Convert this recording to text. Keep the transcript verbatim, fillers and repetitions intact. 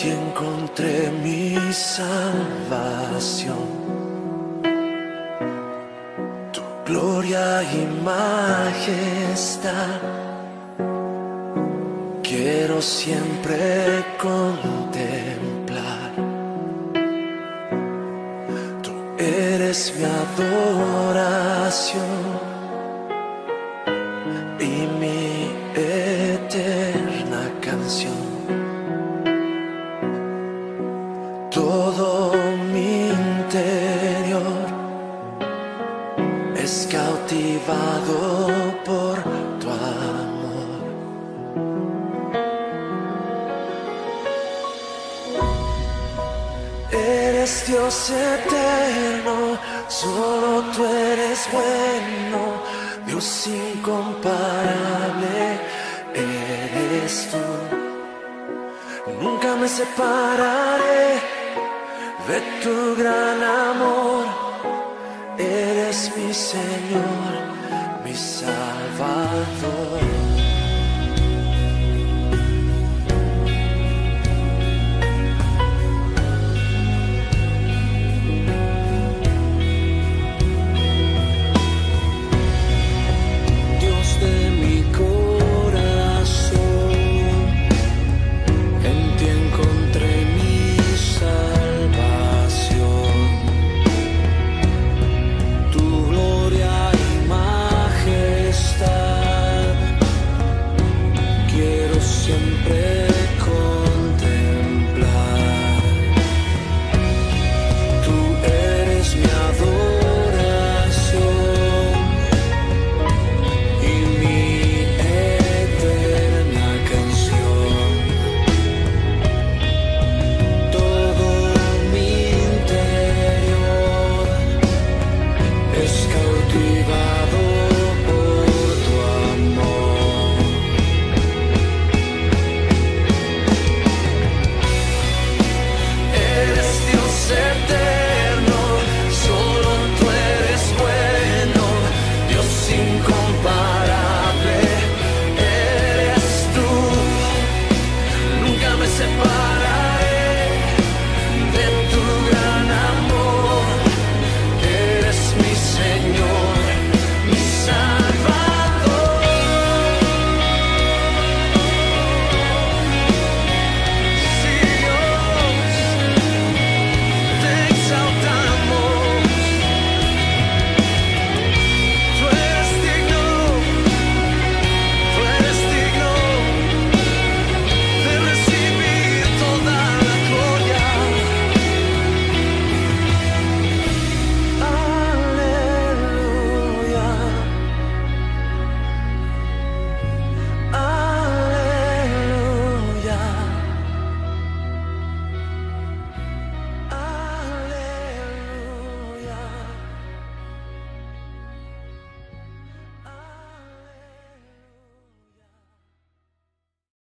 ti encontré mi salvación. Tu gloria y majestad quiero siempre contemplar. Tú eres mi adoración y mi eterna canción. Todo mi interior es cautivado por tu amor. Eres Dios eterno, solo tú eres bueno, Dios incomparable eres tú. Nunca me separaré de tu gran amor. Eres mi Señor, mi Salvador.